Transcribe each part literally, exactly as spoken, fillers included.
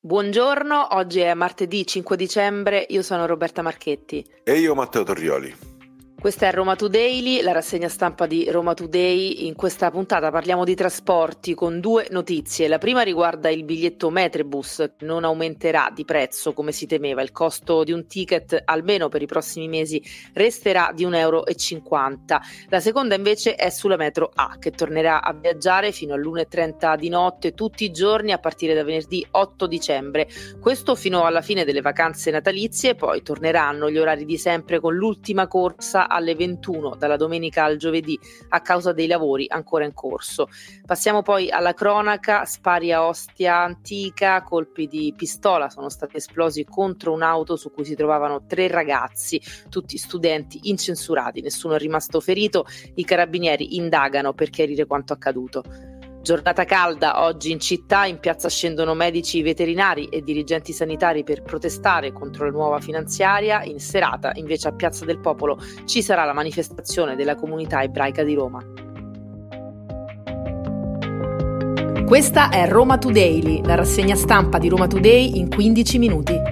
Buongiorno, oggi è martedì cinque dicembre, io sono Roberta Marchetti. E io Matteo Torrioli. Questa è Roma Today, la rassegna stampa di Roma Today. In questa puntata parliamo di trasporti con due notizie. La prima riguarda il biglietto Metrebus, che non aumenterà di prezzo come si temeva. Il costo di un ticket, almeno per i prossimi mesi, resterà di un euro e cinquanta. La seconda invece è sulla metro A, che tornerà a viaggiare fino all'una e trenta di notte tutti i giorni a partire da venerdì otto dicembre. Questo fino alla fine delle vacanze natalizie, poi torneranno gli orari di sempre con l'ultima corsa alle ventuno dalla domenica al giovedì a causa dei lavori ancora in corso. Passiamo poi alla cronaca. Spari a Ostia Antica, colpi di pistola sono stati esplosi contro un'auto su cui si trovavano tre ragazzi, tutti studenti incensurati, nessuno è rimasto ferito, i carabinieri indagano per chiarire quanto accaduto. Giornata calda oggi in città, in piazza scendono medici veterinari e dirigenti sanitari per protestare contro la nuova finanziaria. In serata, invece, a Piazza del Popolo ci sarà la manifestazione della comunità ebraica di Roma. Questa è Roma Today, la rassegna stampa di Roma Today in quindici minuti.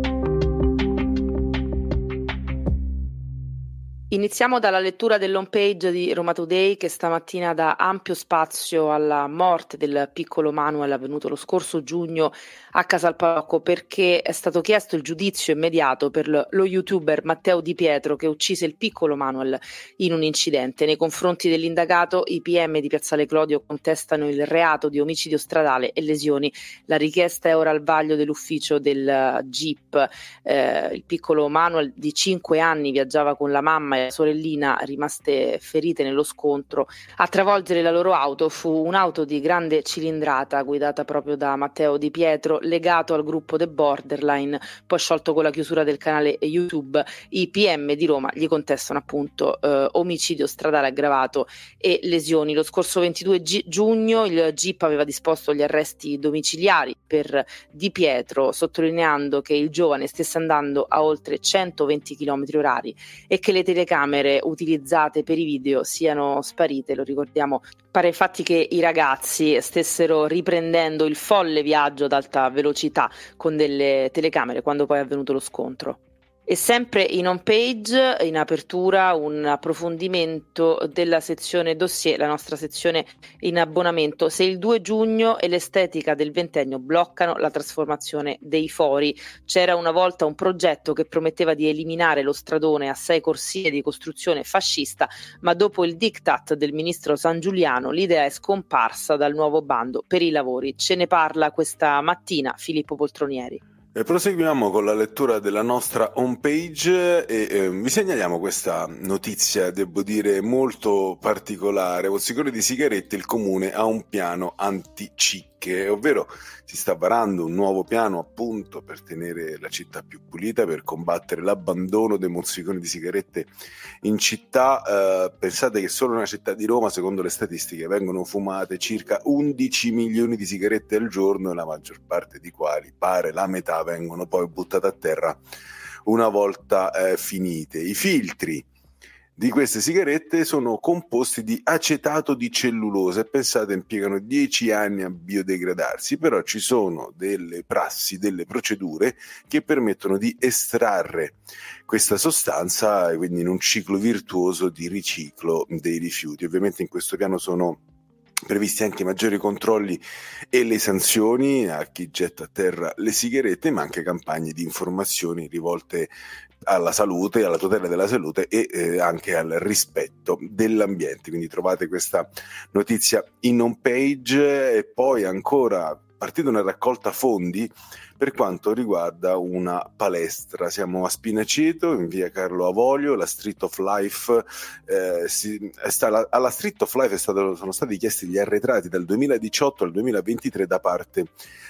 Iniziamo dalla lettura dell'home page di Roma Today, che stamattina dà ampio spazio alla morte del piccolo Manuel avvenuto lo scorso giugno a Casalpacco, perché è stato chiesto il giudizio immediato per lo youtuber Matteo Di Pietro, che uccise il piccolo Manuel in un incidente. Nei confronti dell'indagato i P M di Piazzale Clodio contestano il reato di omicidio stradale e lesioni. La richiesta è ora al vaglio dell'ufficio del G I P. Eh, il piccolo Manuel di cinque anni viaggiava con la mamma e la sorellina, rimaste ferite nello scontro. A travolgere la loro auto fu un'auto di grande cilindrata guidata proprio da Matteo Di Pietro, legato al gruppo The Borderline, poi sciolto con la chiusura del canale YouTube. I P M di Roma gli contestano appunto eh, omicidio stradale aggravato e lesioni. Lo scorso ventidue gi- giugno il G I P aveva disposto gli arresti domiciliari per Di Pietro, sottolineando che il giovane stesse andando a oltre centoventi chilometri orari e che le telecamere utilizzate per i video siano sparite. Lo ricordiamo, pare infatti che i ragazzi stessero riprendendo il folle viaggio ad alta velocità con delle telecamere quando poi è avvenuto lo scontro. E sempre in home page, in apertura, un approfondimento della sezione dossier, la nostra sezione in abbonamento. Se il due giugno e l'estetica del ventennio bloccano la trasformazione dei fori. C'era una volta un progetto che prometteva di eliminare lo stradone a sei corsie di costruzione fascista, ma dopo il diktat del ministro San Giuliano l'idea è scomparsa dal nuovo bando per i lavori. Ce ne parla questa mattina Filippo Poltronieri. E proseguiamo con la lettura della nostra homepage e eh, vi segnaliamo questa notizia, devo dire, molto particolare. Col settore di sigarette il comune ha un piano anticicche, ovvero si sta varando un nuovo piano appunto per tenere la città più pulita, per combattere l'abbandono dei mozziconi di sigarette in città. Eh, pensate che solo nella città di Roma, secondo le statistiche, vengono fumate circa undici milioni di sigarette al giorno, e la maggior parte di quali, pare la metà, vengono poi buttate a terra una volta eh, finite. I filtri di queste sigarette sono composti di acetato di cellulosa e pensate impiegano dieci anni a biodegradarsi, però ci sono delle prassi, delle procedure che permettono di estrarre questa sostanza, quindi in un ciclo virtuoso di riciclo dei rifiuti. Ovviamente in questo piano sono previsti anche maggiori controlli e le sanzioni a chi getta a terra le sigarette, ma anche campagne di informazioni rivolte alla salute, alla tutela della salute e eh, anche al rispetto dell'ambiente. Quindi trovate questa notizia in home page. E poi ancora partita una raccolta fondi per quanto riguarda una palestra. Siamo a Spinaceto, in via Carlo Avoglio, la Street of Life. Eh, si, è sta, alla Street of Life è stato, sono stati chiesti gli arretrati dal duemiladiciotto al duemilaventitré da parte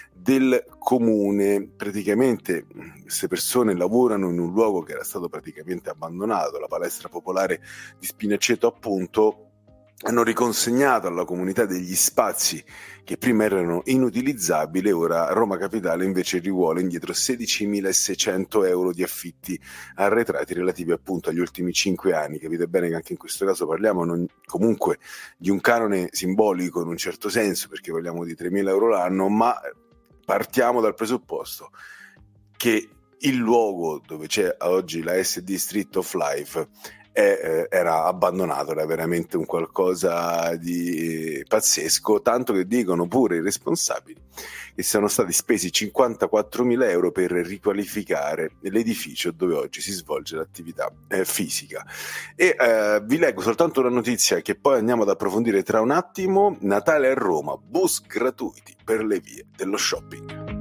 del comune. Praticamente queste persone lavorano in un luogo che era stato praticamente abbandonato, la palestra popolare di Spinaceto appunto. Hanno riconsegnato alla comunità degli spazi che prima erano inutilizzabili, ora Roma Capitale invece rivuole indietro sedicimilaseicento euro di affitti arretrati relativi appunto agli ultimi cinque anni. Capite bene che anche in questo caso parliamo non, comunque di un canone simbolico in un certo senso, perché parliamo di tremila euro l'anno, ma partiamo dal presupposto che il luogo dove c'è oggi la S D Street of Life è, eh, era abbandonato, era veramente un qualcosa di pazzesco, tanto che dicono pure i responsabili che sono stati spesi cinquantaquattromila euro per riqualificare l'edificio dove oggi si svolge l'attività eh, fisica. E eh, vi leggo soltanto una notizia che poi andiamo ad approfondire tra un attimo. Natale a Roma, bus gratuiti per le vie dello shopping.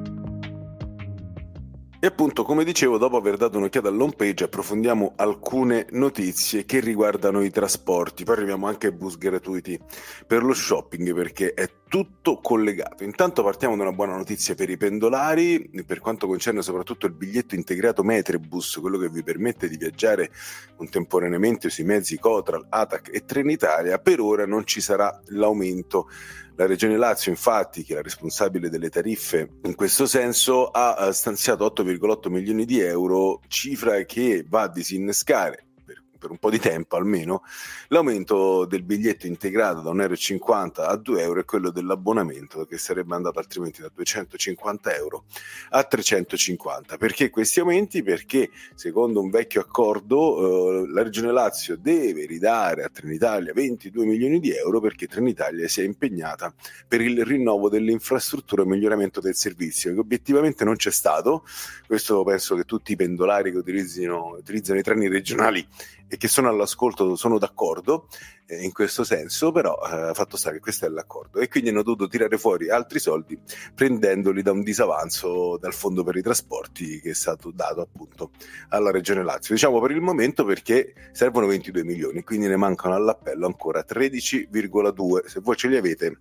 E appunto, come dicevo, dopo aver dato un'occhiata all'home page approfondiamo alcune notizie che riguardano i trasporti, poi arriviamo anche ai bus gratuiti per lo shopping perché è tutto collegato. Intanto partiamo da una buona notizia per i pendolari, per quanto concerne soprattutto il biglietto integrato Metrebus, quello che vi permette di viaggiare contemporaneamente sui mezzi Cotral, A T A C e Trenitalia. Per ora non ci sarà l'aumento. La Regione Lazio, infatti, che è la responsabile delle tariffe in questo senso, ha stanziato otto virgola otto milioni di euro, cifra che va a disinnescare per, per un po' di tempo almeno l'aumento del biglietto integrato da un euro e cinquanta a due euro e quello dell'abbonamento che sarebbe andato altrimenti da duecentocinquanta euro a trecentocinquanta. Perché questi aumenti? Perché secondo un vecchio accordo eh, la Regione Lazio deve ridare a Trenitalia ventidue milioni di euro perché Trenitalia si è impegnata per il rinnovo dell'infrastruttura e il miglioramento del servizio, che obiettivamente non c'è stato. Questo penso che tutti i pendolari che utilizzino, utilizzano i treni regionali e che sono all'ascolto sono d'accordo eh, in questo senso, però eh, fatto sta che questo è l'accordo e quindi hanno dovuto tirare fuori altri soldi prendendoli da un disavanzo dal fondo per i trasporti che è stato dato appunto alla Regione Lazio, diciamo per il momento, perché servono ventidue milioni, quindi ne mancano all'appello ancora tredici virgola due. Se voi ce li avete,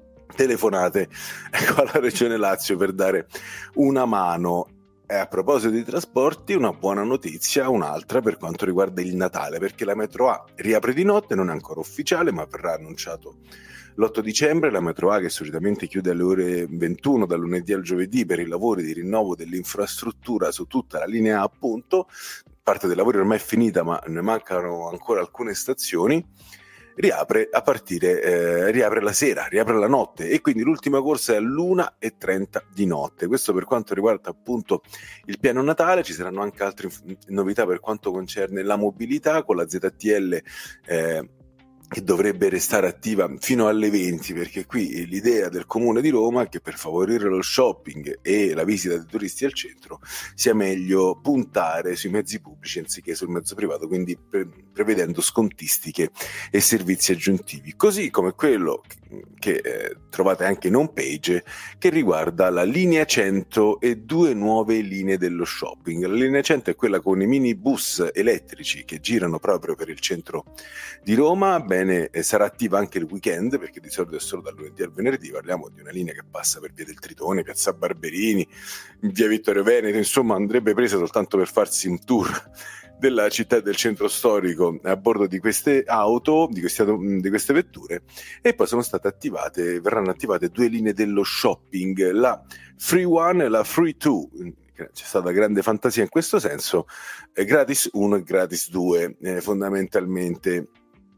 telefonate ecco, alla Regione Lazio per dare una mano. E a proposito di trasporti, una buona notizia, un'altra per quanto riguarda il Natale, perché la metro A riapre di notte, non è ancora ufficiale, ma verrà annunciato l'otto dicembre. La metro A, che solitamente chiude alle ore ventuno dal lunedì al giovedì per i lavori di rinnovo dell'infrastruttura su tutta la linea A, appunto, parte dei lavori ormai è finita, ma ne mancano ancora alcune stazioni. Riapre a partire, eh, riapre la sera, riapre la notte e quindi l'ultima corsa è all'una e trenta di notte. Questo per quanto riguarda appunto il piano Natale. Ci saranno anche altre novità per quanto concerne la mobilità con la Z T L eh, che dovrebbe restare attiva fino alle venti, perché qui l'idea del Comune di Roma è che per favorire lo shopping e la visita dei turisti al centro sia meglio puntare sui mezzi pubblici anziché sul mezzo privato, quindi pre- prevedendo scontistiche e servizi aggiuntivi, così come quello che eh, trovate anche in home page che riguarda la linea cento e due nuove linee dello shopping. La linea cento è quella con i minibus elettrici che girano proprio per il centro di Roma. Bene, eh, sarà attiva anche il weekend, perché di solito è solo dal lunedì al venerdì. Parliamo di una linea che passa per via del Tritone, piazza Barberini, via Vittorio Veneto, insomma andrebbe presa soltanto per farsi un tour della città e del centro storico a bordo di queste auto, di queste, di queste vetture. E poi sono state attivate, verranno attivate due linee dello shopping, la Free One e la Free Two. C'è stata grande fantasia in questo senso, eh, gratis uno e gratis due eh, fondamentalmente.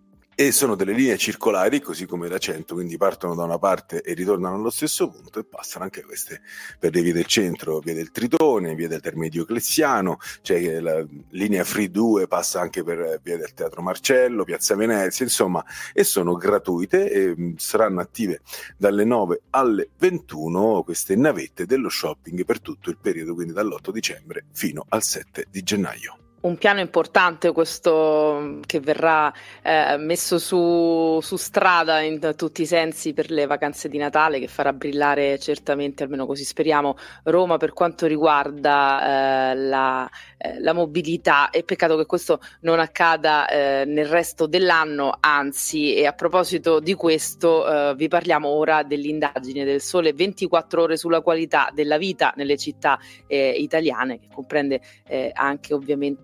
E sono delle linee circolari, così come la cento, quindi partono da una parte e ritornano allo stesso punto e passano anche queste per le vie del centro, via del Tritone, via del Termine Diocleziano, cioè la linea Free due passa anche per via del Teatro Marcello, Piazza Venezia, insomma, e sono gratuite e mh, saranno attive dalle nove alle ventuno queste navette dello shopping per tutto il periodo, quindi dall'otto dicembre fino al sette di gennaio. Un piano importante questo che verrà eh, messo su, su strada in tutti i sensi per le vacanze di Natale, che farà brillare certamente, almeno così speriamo, Roma per quanto riguarda eh, la, eh, la mobilità. E peccato che questo non accada eh, nel resto dell'anno, anzi. E a proposito di questo eh, vi parliamo ora dell'indagine del Sole ventiquattro Ore sulla qualità della vita nelle città eh, italiane, che comprende eh, anche ovviamente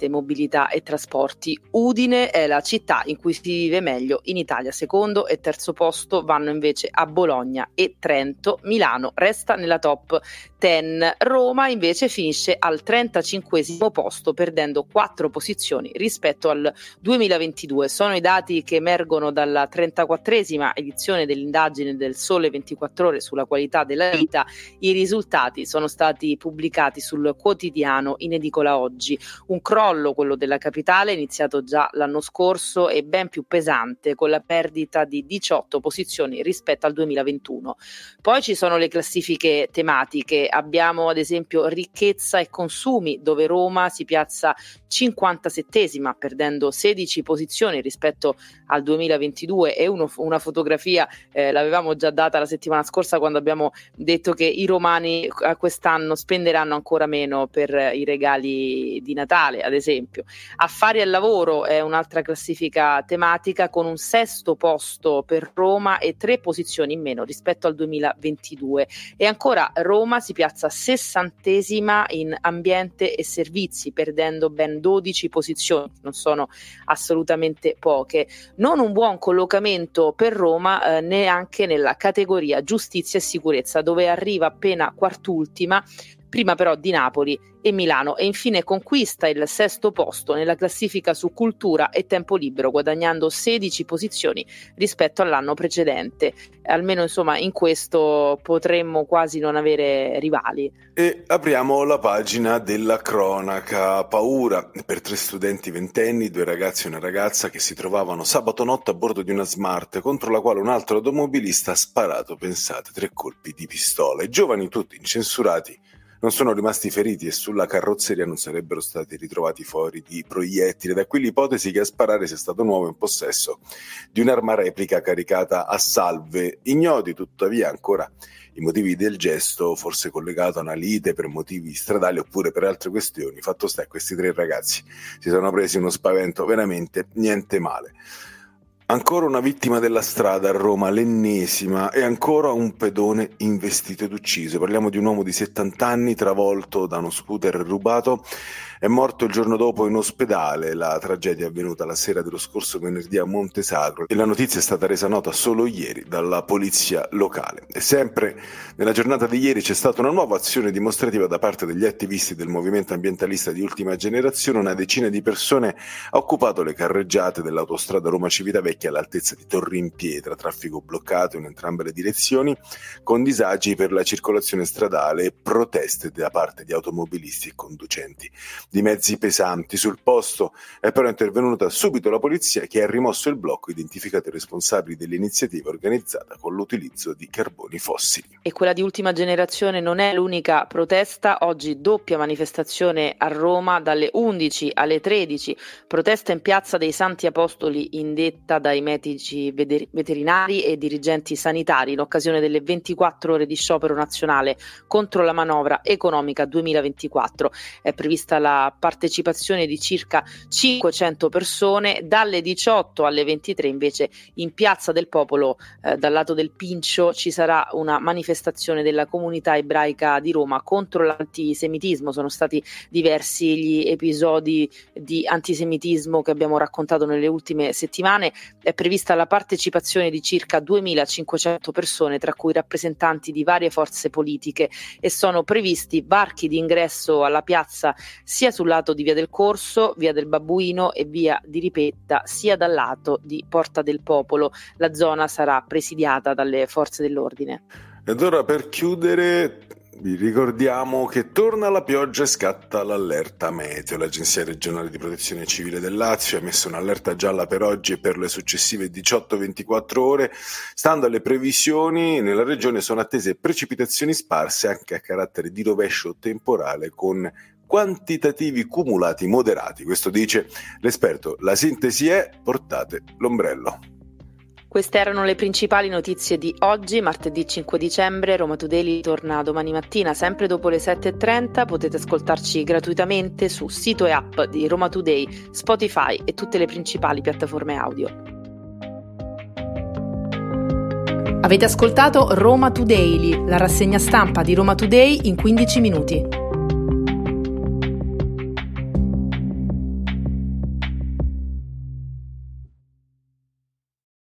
ambiente, mobilità e trasporti. Udine è la città in cui si vive meglio in Italia. Secondo e terzo posto vanno invece a Bologna e Trento. Milano resta nella top dieci. Roma invece finisce al trentacinquesimo posto, perdendo quattro posizioni rispetto al duemilaventidue. Sono i dati che emergono dalla trentaquattresima edizione dell'indagine del Sole ventiquattro Ore sulla qualità della vita. I risultati sono stati pubblicati sul quotidiano in edicola oggi. Un crollo, quello della capitale, iniziato già l'anno scorso e ben più pesante, con la perdita di diciotto posizioni rispetto al duemilaventuno. Poi ci sono le classifiche tematiche. Abbiamo ad esempio ricchezza e consumi, dove Roma si piazza cinquantasettesima, perdendo sedici posizioni rispetto al duemilaventidue, e uno, una fotografia eh, l'avevamo già data la settimana scorsa quando abbiamo detto che i romani a quest'anno spenderanno ancora meno per i regali di Natale, ad esempio. Affari e lavoro è un'altra classifica tematica, con un sesto posto per Roma e tre posizioni in meno rispetto al duemilaventidue. E ancora Roma si piazza sessantesima in ambiente e servizi, perdendo ben dodici posizioni, non sono assolutamente poche. Non un buon collocamento per Roma eh, neanche nella categoria giustizia e sicurezza, dove arriva appena quart'ultima, prima però di Napoli e Milano, e infine conquista il sesto posto nella classifica su cultura e tempo libero, guadagnando sedici posizioni rispetto all'anno precedente. Almeno insomma in questo potremmo quasi non avere rivali. E apriamo la pagina della cronaca. Paura per tre studenti ventenni, due ragazzi e una ragazza, che si trovavano sabato notte a bordo di una Smart contro la quale un altro automobilista ha sparato, pensate, tre colpi di pistola. I giovani, tutti incensurati, non sono rimasti feriti e sulla carrozzeria non sarebbero stati ritrovati fori di proiettili. Da qui l'ipotesi che a sparare sia stato un uomo in possesso di un'arma replica caricata a salve. Ignoti tuttavia ancora i motivi del gesto, forse collegato a una lite per motivi stradali oppure per altre questioni. Fatto sta che questi tre ragazzi si sono presi uno spavento veramente niente male. Ancora una vittima della strada a Roma, l'ennesima, e ancora un pedone investito ed ucciso. Parliamo di un uomo di settanta anni travolto da uno scooter rubato. È morto il giorno dopo in ospedale. La tragedia è avvenuta la sera dello scorso venerdì a Montesagro e la notizia è stata resa nota solo ieri dalla polizia locale. E sempre nella giornata di ieri c'è stata una nuova azione dimostrativa da parte degli attivisti del movimento ambientalista di ultima generazione. Una decina di persone ha occupato le carreggiate dell'autostrada Roma-Civitavecchia all'altezza di Torri in Pietra, traffico bloccato in entrambe le direzioni, con disagi per la circolazione stradale e proteste da parte di automobilisti e conducenti di mezzi pesanti. Sul posto è però intervenuta subito la polizia, che ha rimosso il blocco, identificato i responsabili dell'iniziativa organizzata con l'utilizzo di carboni fossili. E quella di ultima generazione non è l'unica protesta. Oggi doppia manifestazione a Roma dalle undici alle tredici, protesta in piazza dei Santi Apostoli indetta dai medici veterinari e dirigenti sanitari in occasione delle ventiquattro ore di sciopero nazionale contro la manovra economica duemilaventiquattro. È prevista la partecipazione di circa cinquecento persone. Dalle diciotto alle ventitré invece in Piazza del Popolo, eh, dal lato del Pincio, ci sarà una manifestazione della comunità ebraica di Roma contro l'antisemitismo. Sono stati diversi gli episodi di antisemitismo che abbiamo raccontato nelle ultime settimane. È prevista la partecipazione di circa duemilacinquecento persone, tra cui rappresentanti di varie forze politiche, e sono previsti varchi di ingresso alla piazza sia sul lato di Via del Corso, Via del Babbuino e Via di Ripetta, sia dal lato di Porta del Popolo. La zona sarà presidiata dalle forze dell'ordine. Ed ora, per chiudere, vi ricordiamo che torna la pioggia e scatta l'allerta meteo. L'Agenzia regionale di protezione civile del Lazio ha emesso un'allerta gialla per oggi e per le successive diciotto ventiquattro ore. Stando alle previsioni, nella regione sono attese precipitazioni sparse anche a carattere di rovescio temporale, con quantitativi cumulati moderati. Questo dice l'esperto. La sintesi è: portate l'ombrello. Queste erano le principali notizie di oggi, martedì cinque dicembre. Roma Today torna domani mattina, sempre dopo le sette e trenta. Potete ascoltarci gratuitamente su sito e app di Roma Today, Spotify e tutte le principali piattaforme audio. Avete ascoltato Roma Today, la rassegna stampa di Roma Today in quindici minuti.